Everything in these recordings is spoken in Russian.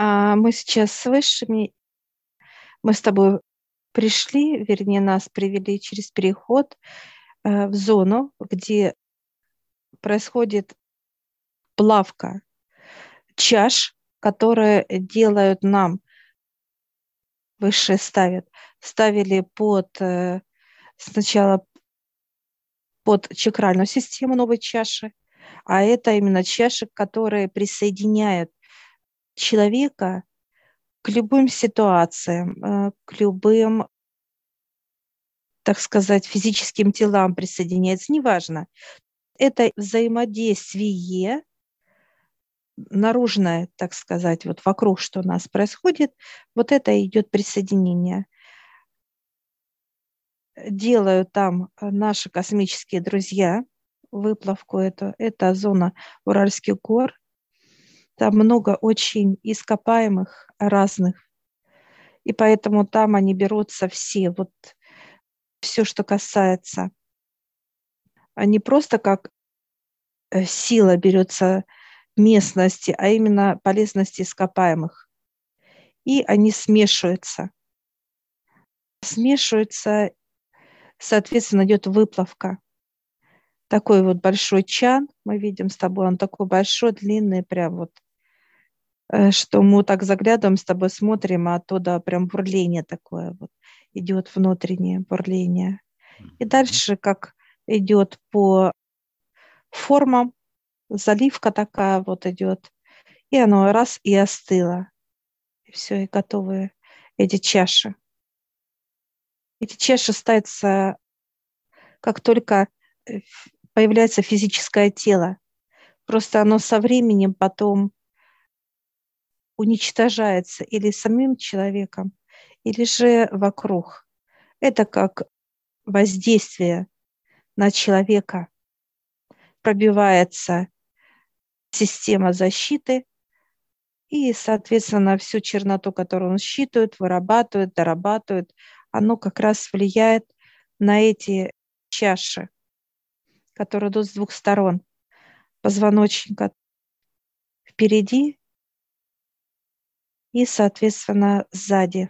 Мы сейчас с высшими, мы с тобой пришли, вернее, нас привели через переход в зону, где происходит плавка чаш, которые делают нам, высшие ставили сначала под чакральную систему новой чаши, а это именно чаши, которые присоединяют человека к любым ситуациям, к любым, так сказать, физическим телам присоединяется, неважно. Это взаимодействие наружное, так сказать, вот вокруг, что у нас происходит, вот это идет присоединение. Делают там наши космические друзья выплавку эту. Это зона Уральских гор. Там много очень ископаемых разных. И поэтому там они берутся все, вот все, что касается, не просто как сила берется местности, а именно полезности ископаемых. И они смешиваются, соответственно, идет выплавка. Такой вот большой чан, мы видим с тобой, он такой большой, длинный, прям вот, что мы так заглядываем с тобой, смотрим, а оттуда прям бурление такое вот, идет внутреннее бурление. И дальше, как идет по формам, заливка такая вот идет, и оно раз и остыло. И все, и готовы эти чаши. Эти чаши ставятся, как только появляется физическое тело. Просто оно со временем потом уничтожается или самим человеком, или же вокруг. Это как воздействие на человека. Пробивается система защиты, и, соответственно, всю черноту, которую он считывает, вырабатывает, дорабатывает, оно как раз влияет на эти чаши, которые идут с двух сторон позвоночника впереди и, соответственно, сзади.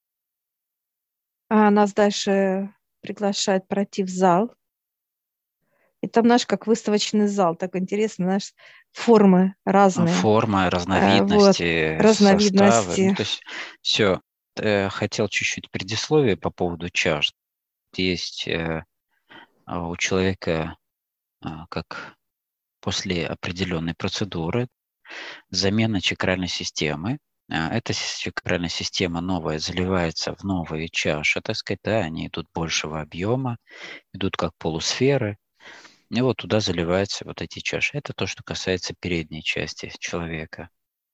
А нас дальше приглашают пройти в зал. И там, знаешь, как выставочный зал, так интересно, знаешь, формы разные, Формы, вот, разновидности, составы. Ну, разновидности. то есть все. Хотел чуть-чуть предисловие по поводу чаш. Есть у человека, как после определенной процедуры, замена чакральной системы. Эта чакральная система новая заливается в новые чаши, так сказать, да, они идут большего объема, идут как полусферы, и вот туда заливаются вот эти чаши. Это то, что касается передней части человека.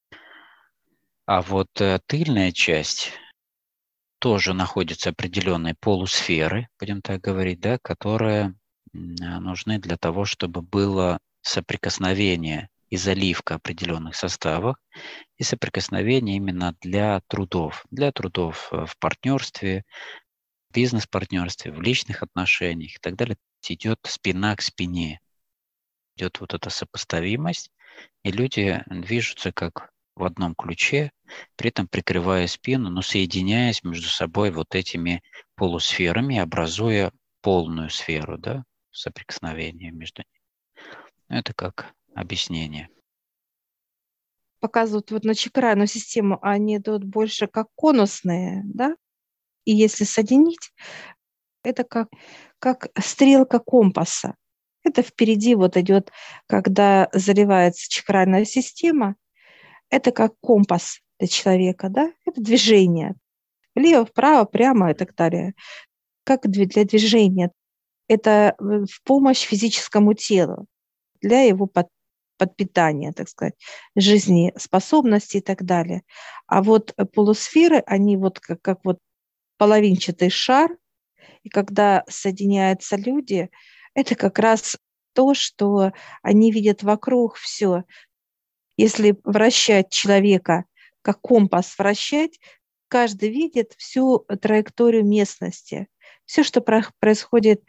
А вот тыльная часть тоже находятся определенные полусферы, будем так говорить, да, которые нужны для того, чтобы было соприкосновение и заливка определенных составов, и соприкосновение именно для трудов в партнерстве, бизнес-партнерстве, в личных отношениях и так далее. Идет спина к спине, идет вот эта сопоставимость, и люди движутся как в одном ключе, при этом прикрывая спину, но соединяясь между собой вот этими полусферами, образуя полную сферу, да, соприкосновения между ними. Это как объяснение. Показывают вот на чакральную систему, они идут больше как конусные, да? И если соединить, это как стрелка компаса. Это впереди вот идет, когда заливается чакральная система, это как компас для человека, да? Это движение. Влево, вправо, прямо и так далее. Как для движения. Это в помощь физическому телу, для его подпитания, так сказать, жизнеспособности и так далее. А вот полусферы, они вот как вот половинчатый шар, и когда соединяются люди, это как раз то, что они видят вокруг все. Если вращать человека, как компас вращать, каждый видит всю траекторию местности, все, что происходит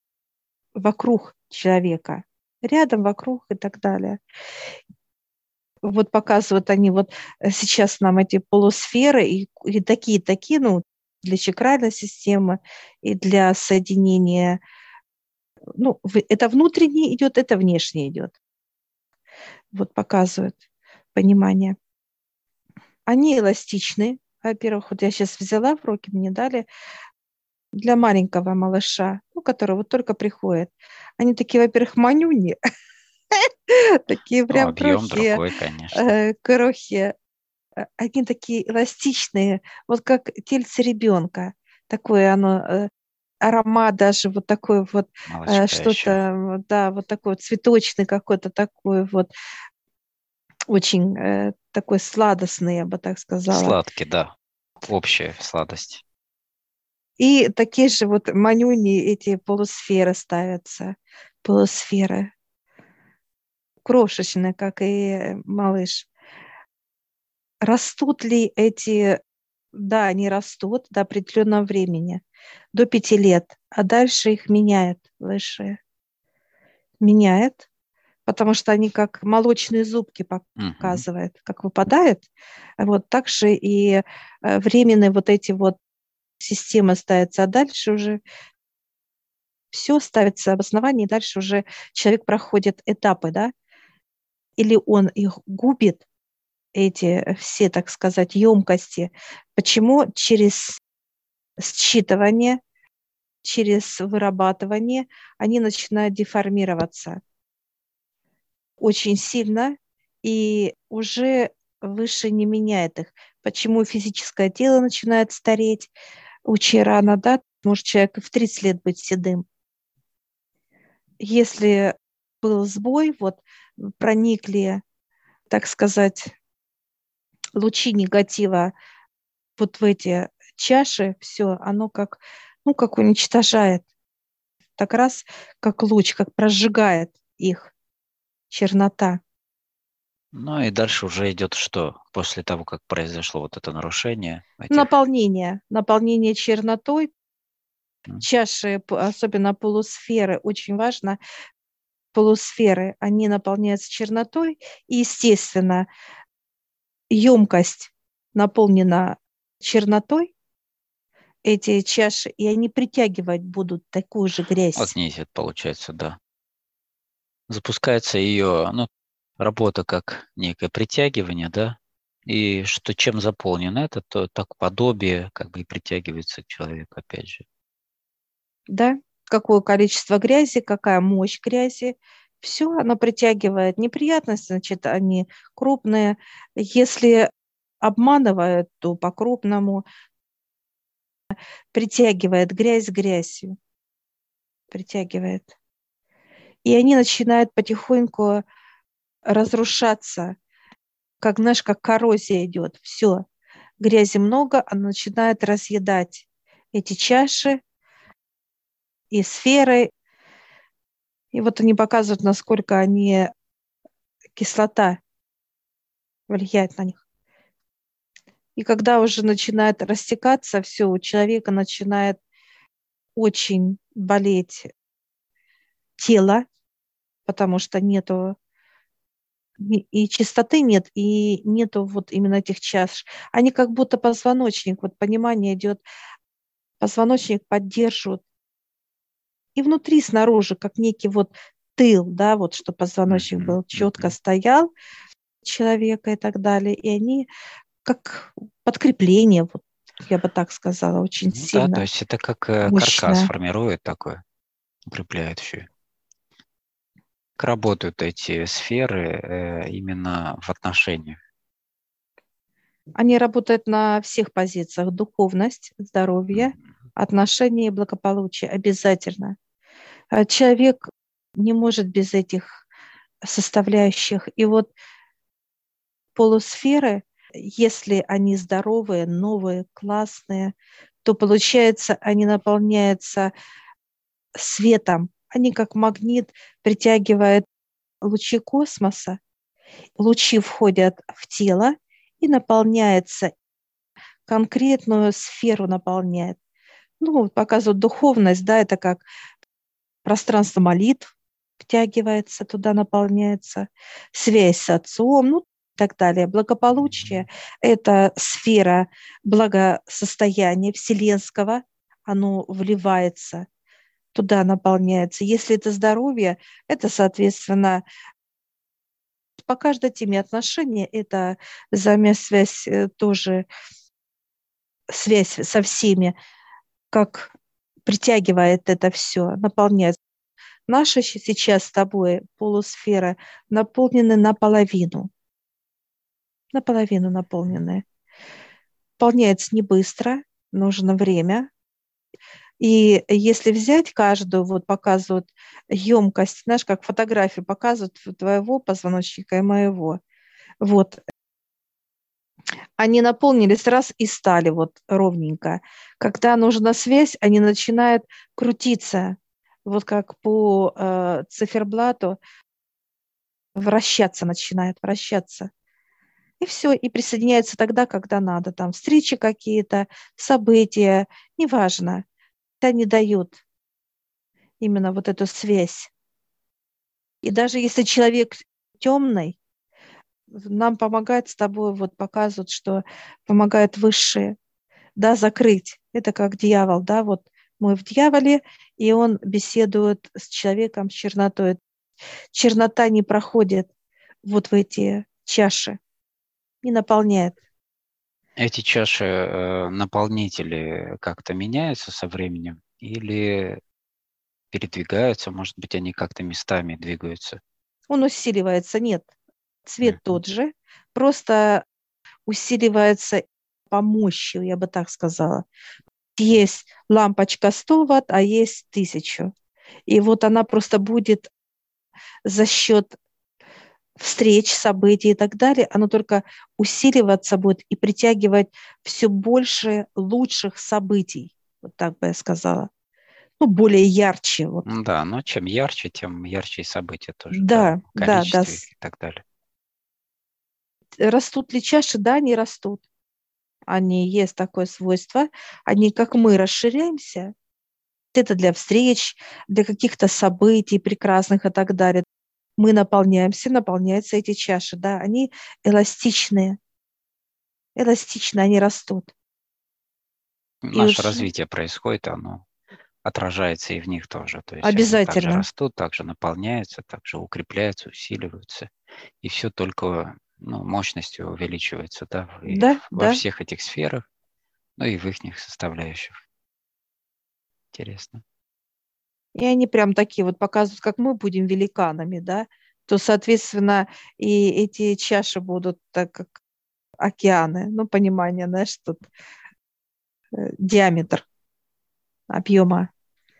вокруг человека, рядом, вокруг и так далее. Вот показывают они вот сейчас нам эти полусферы и такие, ну, для чакральной системы и для соединения. Ну, это внутренний идет, это внешний идет. Вот показывают понимание. Они эластичны. Во-первых, вот я сейчас взяла в руки, мне дали для маленького малыша, ну, который вот только приходит. Они такие, во-первых, манюни, такие Ну, прям объем крохи, другой, конечно. крохи. Они такие эластичные, вот как тельце ребенка. Такое оно, аромат даже вот такой вот, Молочка еще. что-то, да, вот такой вот цветочный какой-то такой вот, очень такой сладостный, я бы так сказала. Сладкий, да. Общая сладость. И такие же вот манюни, эти полусферы ставятся, полусферы, крошечные, как и малыш. Растут ли эти, да, они растут до определенного времени, до 5 лет, а дальше их меняют выше, меняет, потому что они как молочные зубки Мгм. показывают, как выпадает. Вот так же и временные вот эти вот системы ставятся, а дальше уже все ставится в основании, и дальше уже человек проходит этапы, да, или он их губит, эти все, так сказать, емкости. Почему? Через считывание, через вырабатывание они начинают деформироваться очень сильно и уже выше не меняет их. Почему физическое тело начинает стареть очень рано, да? Может человек и в 30 лет быть седым. Если был сбой, вот проникли, так сказать, лучи негатива вот в эти чаши, все, оно как, ну, как уничтожает, так раз, как луч, как прожигает их чернота. Ну и дальше уже идет что? После того, как произошло вот это нарушение этих... Наполнение чернотой, м, чаши, особенно полусферы, очень важно, полусферы, они наполняются чернотой, и, естественно, емкость наполнена чернотой, эти чаши, и они притягивать будут такую же грязь. снизит, получается, да. Запускается ее, ну, работа как некое притягивание, да, и что чем заполнено это, то так подобие как бы и притягивается к человеку, опять же. Да? Какое количество грязи, какая мощь грязи, все оно притягивает. Неприятности, значит, они крупные. Если обманывают, то по-крупному притягивает грязь грязью, притягивает. И они начинают потихоньку разрушаться, как, знаешь, как коррозия идет. Все, грязи много, она начинает разъедать эти чаши и сферы. И вот они показывают, насколько они, кислота влияет на них. И когда уже начинает растекаться, все, у человека начинает очень болеть тело, потому что нету и чистоты нет, и нету вот именно этих чаш. Они как будто позвоночник, вот понимание идет, позвоночник поддерживают и внутри, и снаружи, как некий вот тыл, да, вот что позвоночник Мгм, был четко мгм. стоял человека и так далее, и они как подкрепление, вот я бы так сказала, очень Ну да, то сильно, есть это как каркас мощно. формирует такой, укрепляет все. Как работают эти сферы именно в отношениях? Они работают на всех позициях. Духовность, здоровье, Мгм. отношения и благополучие обязательно. Человек не может без этих составляющих. И вот полусферы, если они здоровые, новые, классные, то получается, они наполняются светом. Они как магнит притягивают лучи космоса. Лучи входят в тело и наполняется, конкретную сферу наполняет. Ну, вот показывают духовность, да, это как пространство молитв втягивается, туда наполняется, связь с отцом, ну, так далее. Благополучие – это сфера благосостояния вселенского, оно вливается, туда наполняется. Если это здоровье, это, соответственно, по каждой теме отношения, это взаимосвязь тоже, связь со всеми, как притягивает это все, наполняет. Наша сейчас с тобой полусфера наполнены наполовину наполнены. Наполняется не быстро, нужно время. И если взять каждую, вот показывают емкость, знаешь, как фотографии показывают твоего позвоночника и моего, вот, они наполнились раз и стали вот ровненько. Когда нужна связь, они начинают крутиться, вот как по циферблату, начинает вращаться. И все, и присоединяется тогда, когда надо. Там встречи какие-то, события, неважно. Они дают именно вот эту связь. И даже если человек темный, нам помогает с тобой, вот показывают, что помогают высшие, да, закрыть. Это как дьявол, да, вот мы в дьяволе, и он беседует с человеком с чернотой. Чернота не проходит вот в эти чаши, не наполняет. Эти чаши, наполнители как-то меняются со временем или передвигаются? Может быть, они как-то местами двигаются? Он усиливается, нет, цвет тот же, просто усиливается по мощи, я бы так сказала. Есть лампочка 100 Вт, а есть 1000. И вот она просто будет за счет встреч, событий и так далее, оно только усиливаться будет и притягивать все больше лучших событий, вот так бы я сказала. Ну, более ярче. Вот. Да, но чем ярче, тем ярче и события тоже, да, Да, в да, да. количестве и так далее. Растут ли чаши? Да, они растут. Они есть такое свойство. Они, как мы, расширяемся. Это для встреч, для каких-то событий прекрасных и так далее. Мы наполняемся, наполняются эти чаши. Да, они эластичные. Эластично они растут. И Наше уже развитие происходит, оно отражается и в них тоже. То есть они также обязательно. растут, также наполняются, также укрепляются, усиливаются. И все только мощностью увеличивается, да, и Да, во да. всех этих сферах, ну и в их составляющих. Интересно. И они прям такие вот показывают, как мы будем великанами, да, то, соответственно, и эти чаши будут так, как океаны. Ну, понимание, знаешь, тут диаметр объема.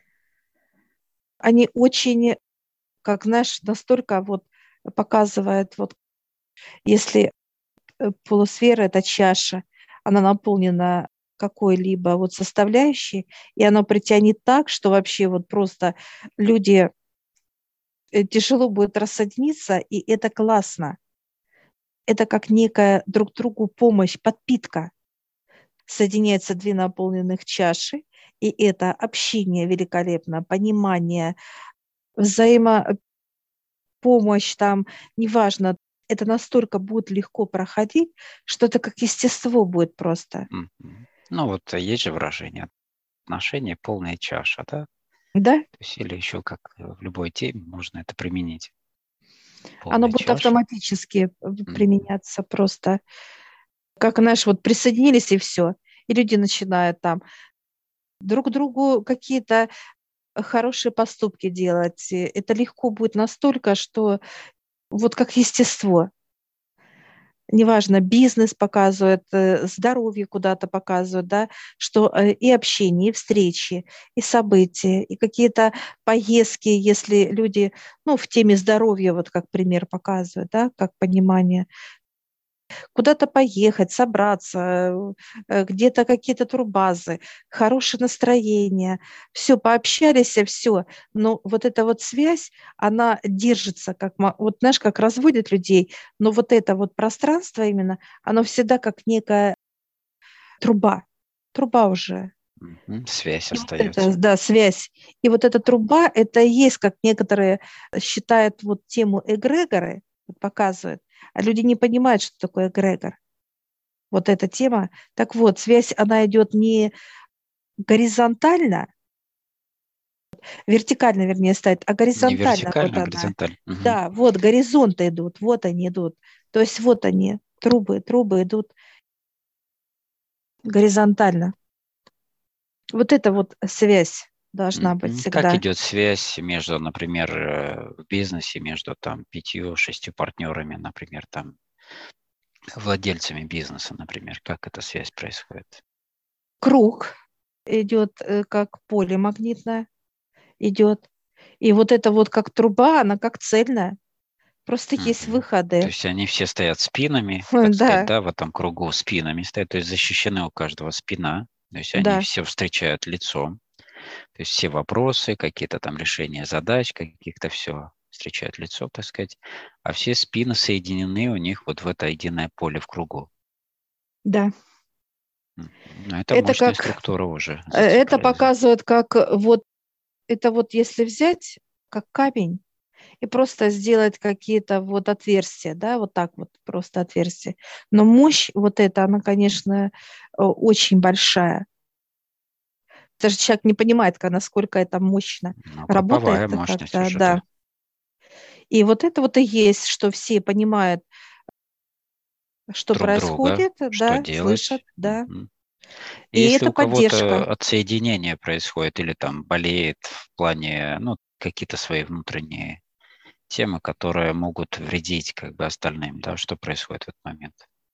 Они очень, как, знаешь, настолько вот показывает, вот если полусфера – это чаша, она наполнена какой-либо вот составляющей, и она притянет так, что вообще вот просто люди тяжело будет рассоединиться, и это классно. Это как некая друг другу помощь, подпитка. Соединяются две наполненных чаши, и это общение великолепно, понимание, взаимопомощь там, неважно, это настолько будет легко проходить, что это как естество будет просто. Мгм. Ну вот есть же выражение отношения полная чаша, да? Да? То есть или еще как в любой теме можно это применить. Оно Полная будет чаша. автоматически Мгм. применяться просто. Как, знаешь, вот присоединились и все. И люди начинают там друг другу какие-то хорошие поступки делать. И это легко будет настолько, что вот как естество. Неважно, бизнес показывает, здоровье куда-то показывает, да, что и общение, и встречи, и события, и какие-то поездки, если люди, ну, в теме здоровья, вот как пример показывает, да, как понимание, куда-то поехать, собраться, где-то какие-то турбазы, хорошее настроение, все, пообщались, все. Но вот эта вот связь, она держится, как, вот знаешь, как разводят людей, но вот это вот пространство именно, оно всегда как некая труба, труба уже. Мгм. Связь И вот это, остается. да, связь. И вот эта труба, это и есть, как некоторые считают вот тему эгрегоры, вот показывают, А люди не понимают, что такое эгрегор. Вот эта тема. Так вот, связь, она идет не горизонтально, вертикально, вернее, стоит, а Не горизонтально вот вертикально, а она. горизонтально. Мгм. Да, вот горизонты идут, вот они идут. То есть вот они, трубы идут горизонтально. Вот эта вот связь должна быть Как всегда. идет связь между, например, в бизнесе, между там 5-6 партнерами, например, там владельцами бизнеса, например, как эта связь происходит? Круг идет как поле магнитное идет. И вот это вот как труба, она как цельная. Просто есть Мгм. То выходы. есть они все стоят спинами, так сказать, Да, да, в этом кругу спинами стоят, то есть защищены у каждого спина, то есть они да. все встречают лицом, то есть все вопросы, какие-то там решения задач, каких-то все встречают лицом, так сказать, а все спины соединены у них вот в это единое поле в кругу. Да. Ну, это Это мощная как, структура уже. это показывает, как вот, это вот если взять как камень и просто сделать какие-то вот отверстия, да, вот так вот просто отверстия. Но мощь вот эта, она, конечно, очень большая. Даже человек не понимает, насколько это мощно. Ну, групповая Работает мощность как-то, уже, да. да. И вот это вот и есть, что все понимают, что Друг друга, происходит, что да, слышат, делать. да. Мгм. И И если это у кого-то поддержка. отсоединение происходит или там болеет в плане, ну, какие-то свои внутренние темы, которые могут вредить как бы остальным, да, что происходит в этот момент?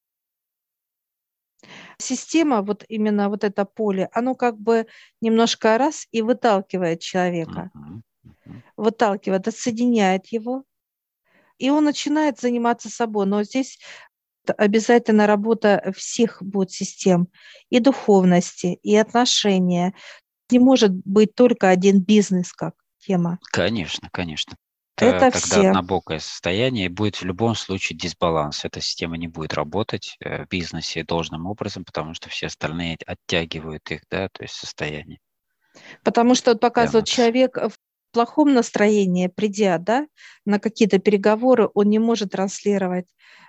Система, вот именно вот это поле, оно как бы немножко раз и выталкивает человека, Мгм. Мгм. выталкивает, отсоединяет его, и он начинает заниматься собой. Но здесь обязательно работа всех будет систем, и духовности, и отношения. Не может быть только один бизнес как тема. Конечно, конечно. Это Это тогда все. однобокое состояние, и будет в любом случае дисбаланс. Эта система не будет работать в бизнесе должным образом, потому что все остальные оттягивают их, да, то есть состояние, Потому что вот показывает тянутся. человек в плохом настроении, придя, да, на какие-то переговоры, он не может транслировать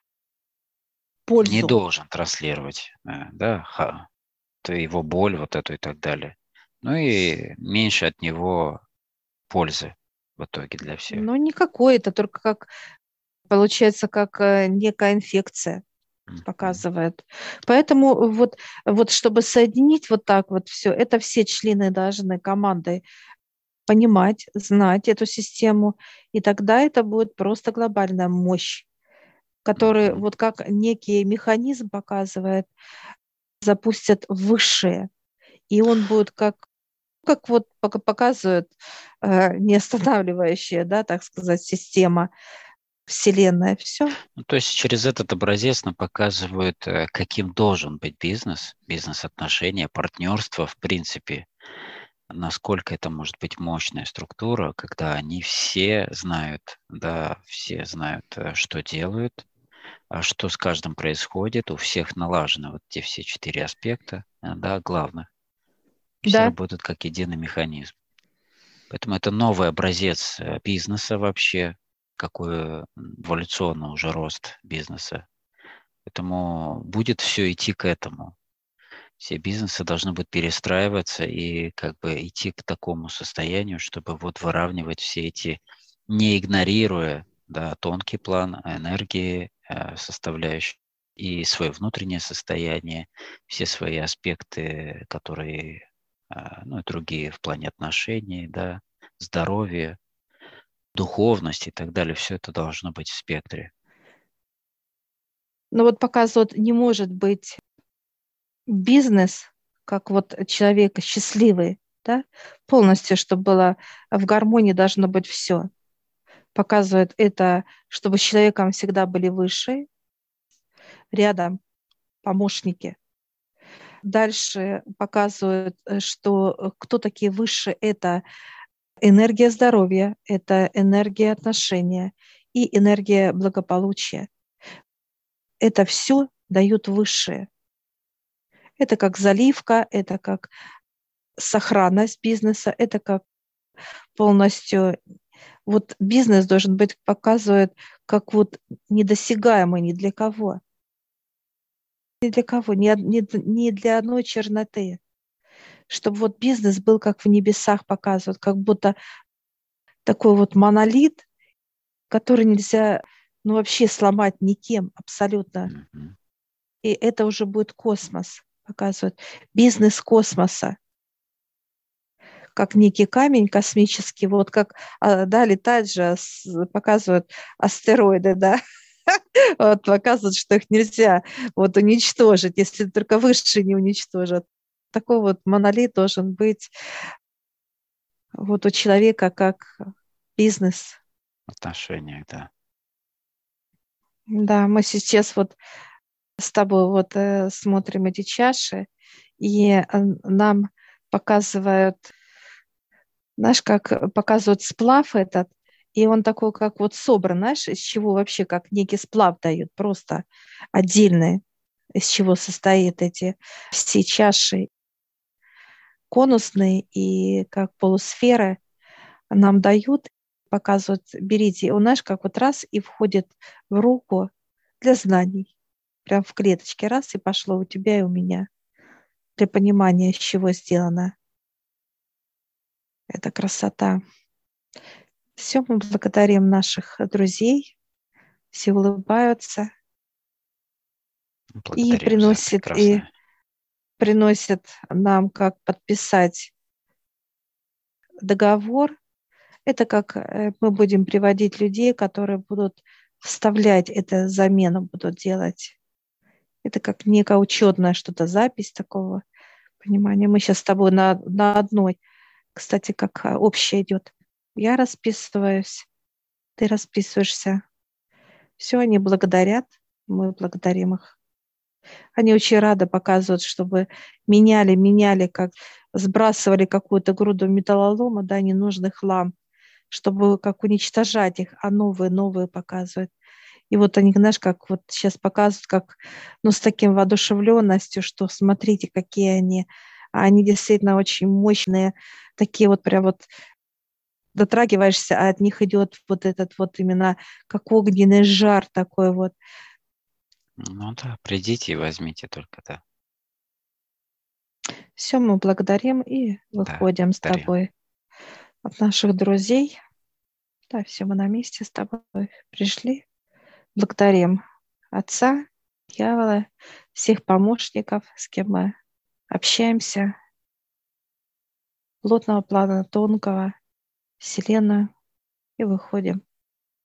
Не пользу. должен транслировать, да, то его боль вот эту и так далее. Ну и меньше от него пользы в итоге для всех. Но не какое-то, только как получается, как некая инфекция Мгм. показывает. Поэтому вот чтобы соединить вот так вот все, это все члены должны команды понимать, знать эту систему, и тогда это будет просто глобальная мощь, которая Мгм. вот как некий механизм показывает, запустят высшее, и он будет как вот показывает неостанавливающая, да, так сказать, система, Вселенная, все. Ну, то есть через этот образец нам показывают, каким должен быть бизнес, бизнес-отношения, партнерство, в принципе, насколько это может быть мощная структура, когда они все знают, да, все знают, что делают, а что с каждым происходит, у всех налажены вот те все 4 аспекта, да, главных. Все Да, работают как единый механизм. Поэтому это новый образец бизнеса вообще, какой эволюционный уже рост бизнеса. Поэтому будет все идти к этому. Все бизнесы должны будут перестраиваться и как бы идти к такому состоянию, чтобы вот выравнивать все эти, не игнорируя, да, тонкий план энергии, составляющие и свое внутреннее состояние, все свои аспекты, которые, ну, и другие в плане отношений, да, здоровья, духовности и так далее, все это должно быть в спектре. но вот показывают, не может быть бизнес, как вот человек счастливый, да, полностью, чтобы было в гармонии, должно быть все. Показывает это, чтобы с человеком всегда были выше, рядом помощники. Дальше показывают, что кто такие высшие, это энергия здоровья, это энергия отношения и энергия благополучия. Это все дают высшие. Это как заливка, это как сохранность бизнеса, это как полностью Вот бизнес должен быть, показывает, как вот недосягаемый ни для кого. Ни для кого, ни для одной черноты. Чтобы вот бизнес был как в небесах показывают, как будто такой вот монолит, который нельзя ну, вообще сломать никем абсолютно. Мгм. И это уже будет космос, показывают. Бизнес космоса, как некий камень космический, вот как, да, летать же, показывают астероиды, да, вот показывают, что их нельзя вот уничтожить, если только высшие не уничтожат. Такой вот монолит должен быть вот у человека как бизнес. В отношениях, да. Да, мы сейчас вот с тобой вот смотрим эти чаши, и нам показывают, знаешь, как показывают сплав этот, и он такой, как вот собран, знаешь, из чего вообще, как некий сплав дают, просто отдельный, из чего состоит эти все чаши конусные и как полусферы нам дают, показывают, берите, он, знаешь, как вот раз и входит в руку для знаний, прям в клеточке раз и пошло у тебя и у меня, для понимания, из чего сделано. Это красота. Все, мы благодарим наших друзей, все улыбаются и Благодарим за и прекрасное. приносят нам, как подписать договор. Это как мы будем приводить людей, которые будут вставлять это, замену будут делать. Это как некая учетная что-то, запись такого понимания. Мы сейчас с тобой на одной, кстати, как общее идет. Я расписываюсь, ты расписываешься. Все, они благодарят, мы благодарим их. Они очень рады показывают, чтобы меняли, как сбрасывали какую-то груду металлолома, да, ненужный хлам, чтобы как уничтожать их, а новые показывают. И вот они, знаешь, как вот сейчас показывают, как, ну, с таким воодушевленностью, что смотрите, какие они. А они действительно очень мощные, такие вот прям вот дотрагиваешься, а от них идет вот этот вот именно как огненный жар такой вот. Ну да, придите и возьмите только, да. Все, мы благодарим и Да, выходим с благодарим. тобой от наших друзей. Да, все, мы на месте с тобой пришли. Благодарим Отца, Дьявола, всех помощников, с кем мы общаемся, плотного плана, тонкого, Вселенную, и выходим.